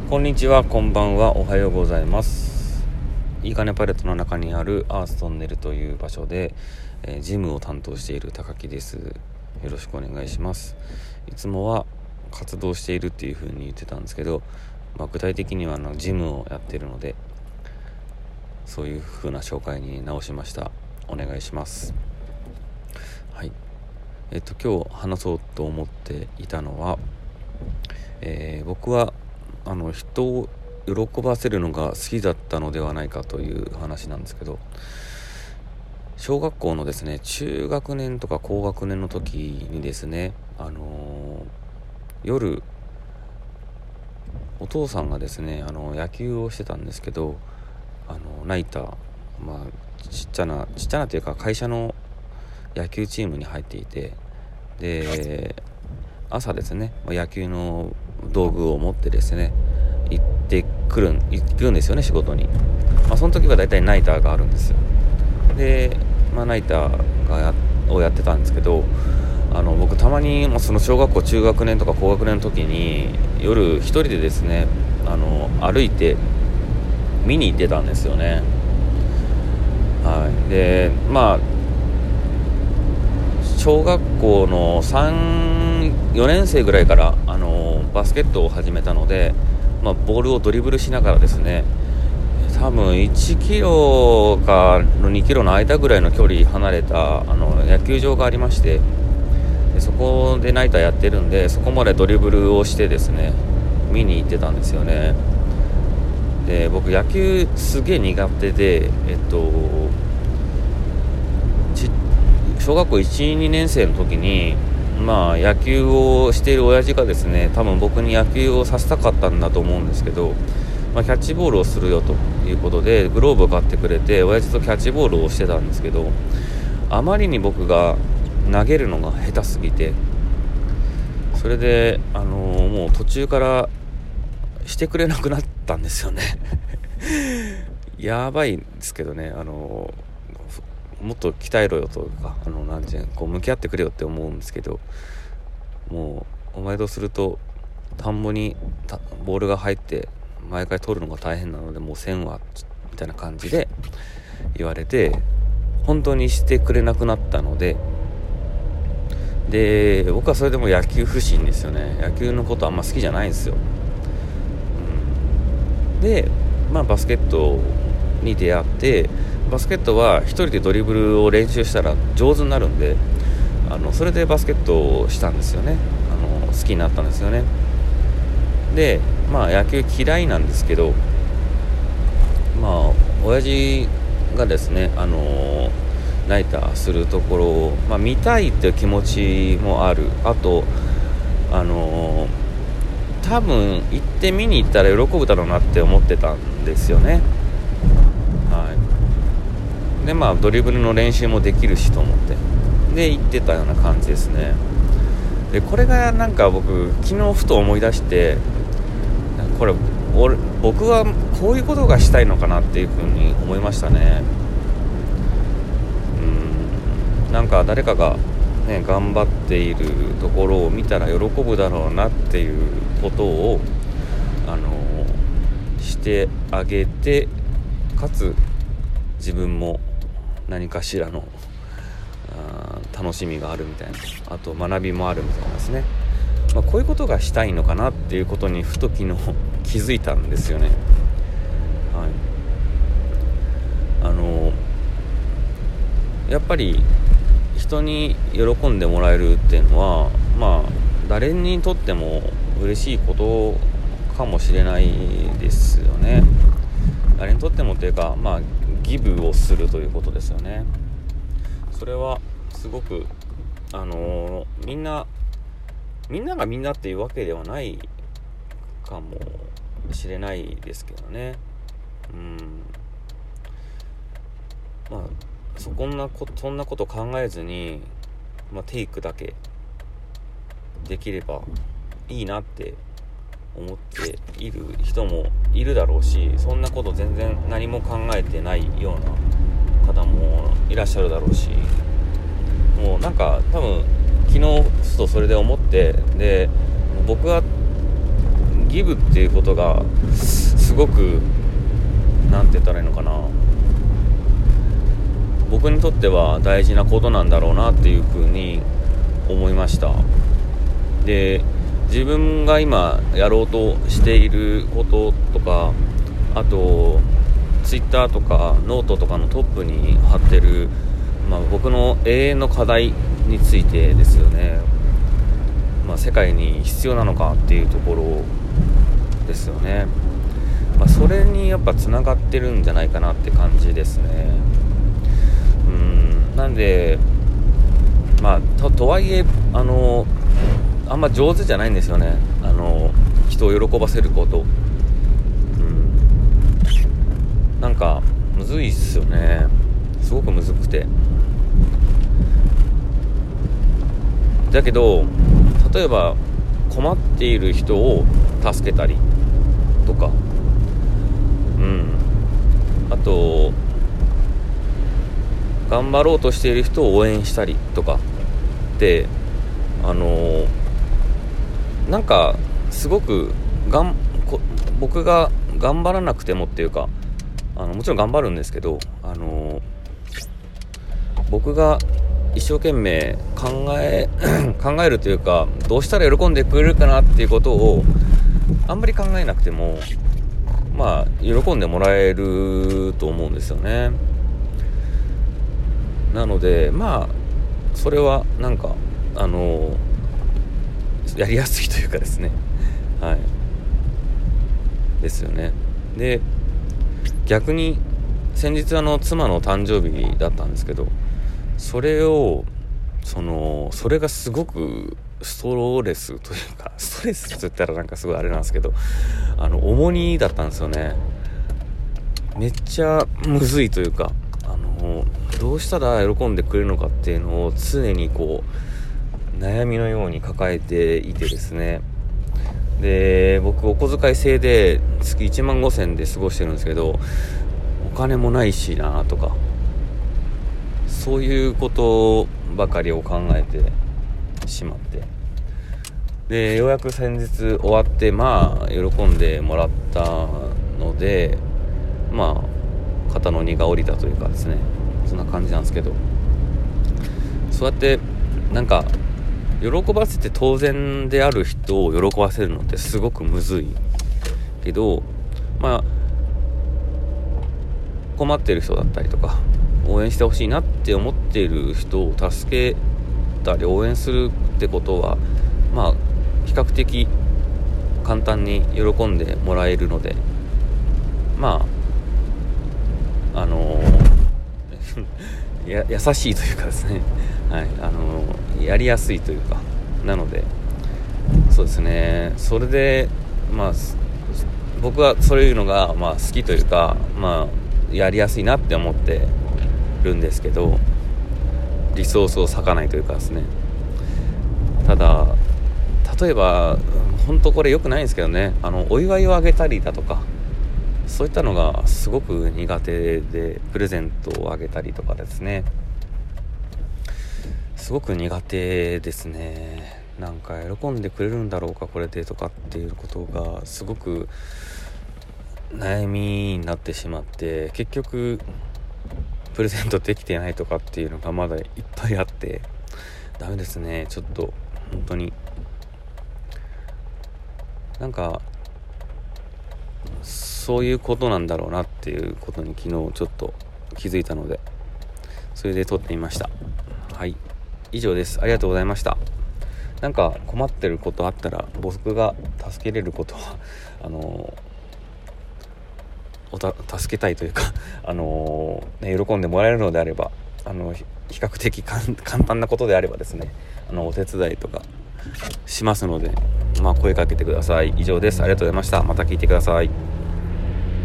こんにちは、こんばんは、おはようございます。いいかねパレットの中にあるアーストンネルという場所で、ジムを担当している高木です。よろしくお願いします。いつもは活動しているっていう風に言ってたんですけど、具体的にはジムをやっているので、そういう風な紹介に直しました。お願いします。はい。今日話そうと思っていたのは、僕は人を喜ばせるのが好きだったのではないかという話なんですけど、小学校のですね、中学年とか高学年の時にですね、夜お父さんがですね野球をしてたんですけど、ナイター、ちっちゃなというか会社の野球チームに入っていて、で朝ですね、野球の道具を持ってですね行くんですよね、仕事に。その時はだいたいナイターがあるんですよ。で、ナイターをやってたんですけど、僕たまにその小学校中学年とか高学年の時に夜一人でですね歩いて見に行ってたんですよね。で小学校の4年生ぐらいからバスケットを始めたので、ボールをドリブルしながらですね、多分1キロか2キロの間ぐらいの距離離れた野球場がありまして、でそこでナイターやってるんで、そこまでドリブルをしてですね見に行ってたんですよね。で僕野球すげえ苦手で、小学校 1,2 年生の時に野球をしている親父がですね、多分僕に野球をさせたかったんだと思うんですけど、キャッチボールをするよということでグローブを買ってくれて、親父とキャッチボールをしてたんですけど、あまりに僕が投げるのが下手すぎて、それでもう途中からしてくれなくなったんですよねやばいんですけどね、もっと鍛えろよとか向き合ってくれよって思うんですけど、もうお前とすると田んぼにボールが入って毎回取るのが大変なのでもうせんわみたいな感じで言われて、本当にしてくれなくなったので、僕はそれでも野球不振ですよね。野球のことあんま好きじゃないんですよ。でバスケットに出会って、バスケットは一人でドリブルを練習したら上手になるんで、それでバスケットをしたんですよね。好きになったんですよね。で野球嫌いなんですけど、親父がですねナイターするところを、見たいっていう気持ちもある。あと多分行って見に行ったら喜ぶだろうなって思ってたんですよね。でドリブルの練習もできるしと思ってで行ってたような感じですね。でこれが僕昨日ふと思い出して、これ僕はこういうことがしたいのかなっていうふうに思いましたね。誰かがね頑張っているところを見たら喜ぶだろうなっていうことをしてあげて、かつ自分も何かしらの楽しみがあるみたいな、あと学びもあるみたいなですね、こういうことがしたいのかなっていうことにふと昨日気づいたんですよね。やっぱり人に喜んでもらえるっていうのは誰にとっても嬉しいことかもしれないですよね。誰にとってもというかギブをするということですよね。それはすごくみんながみんなっていうわけではないかもしれないですけどね。そんなこと考えずに、テイクだけできればいいなって思っている人もいるだろうし、そんなこと全然何も考えてないような方もいらっしゃるだろうし、もう多分昨日ふとそれで思って、で僕はギブっていうことがすごくなんて言ったらいいのかな、僕にとっては大事なことなんだろうなっていうふうに思いました。で、自分が今やろうとしていることとか、あとツイッターとかノートとかのトップに貼ってる、僕の永遠の課題についてですよね。世界に必要なのかっていうところですよね。それにやっぱつながってるんじゃないかなって感じですね。なんでとはいえあんま上手じゃないんですよね、人を喜ばせること。なんかむずいっすよね。すごくむずくて、だけど例えば困っている人を助けたりとか、あと頑張ろうとしている人を応援したりとかってなんかすごく僕が頑張らなくてもっていうか、もちろん頑張るんですけど、僕が一生懸命考えるというか、どうしたら喜んでくれるかなっていうことをあんまり考えなくても喜んでもらえると思うんですよね。なのでそれはなんかやりやすいというかですね、ですよね。で、逆に先日妻の誕生日だったんですけど、それがすごくストレスというか、ストレスって言ったらなんかすごいあれなんですけど、重荷だったんですよね。めっちゃむずいというか、どうしたら喜んでくれるのかっていうのを常に悩みのように抱えていてですね。で、僕お小遣い制で月15,000で過ごしてるんですけど、お金もないしなとか、そういうことばかりを考えてしまって、でようやく先日終わって喜んでもらったので肩の荷が下りたというかですね、そんな感じなんですけど、そうやってなんか喜ばせて当然である人を喜ばせるのってすごくむずいけど、困ってる人だったりとか応援してほしいなって思っている人を助けたり応援するってことは比較的簡単に喜んでもらえるので、優しいというかですね、やりやすいというか、なのでそうですね、それで僕はそういうのが好きというかやりやすいなって思ってるんですけど、リソースを割かないというかですね。ただ例えば本当これ良くないんですけどね、お祝いをあげたりだとか、そういったのがすごく苦手で、プレゼントをあげたりとかですね、すごく苦手ですね。なんか喜んでくれるんだろうかこれでとかっていうことがすごく悩みになってしまって、結局プレゼントできてないとかっていうのがまだいっぱいあって、ダメですね。ちょっと本当になんかそういうことなんだろうなっていうことに昨日ちょっと気づいたので、それで撮ってみました。はい、以上です。ありがとうございました。なんか困ってることあったら、僕が助けれることは助けたいというか喜んでもらえるのであれば、比較的簡単なことであればですね、お手伝いとかしますので、声かけてください。以上です。ありがとうございました。また聞いてください。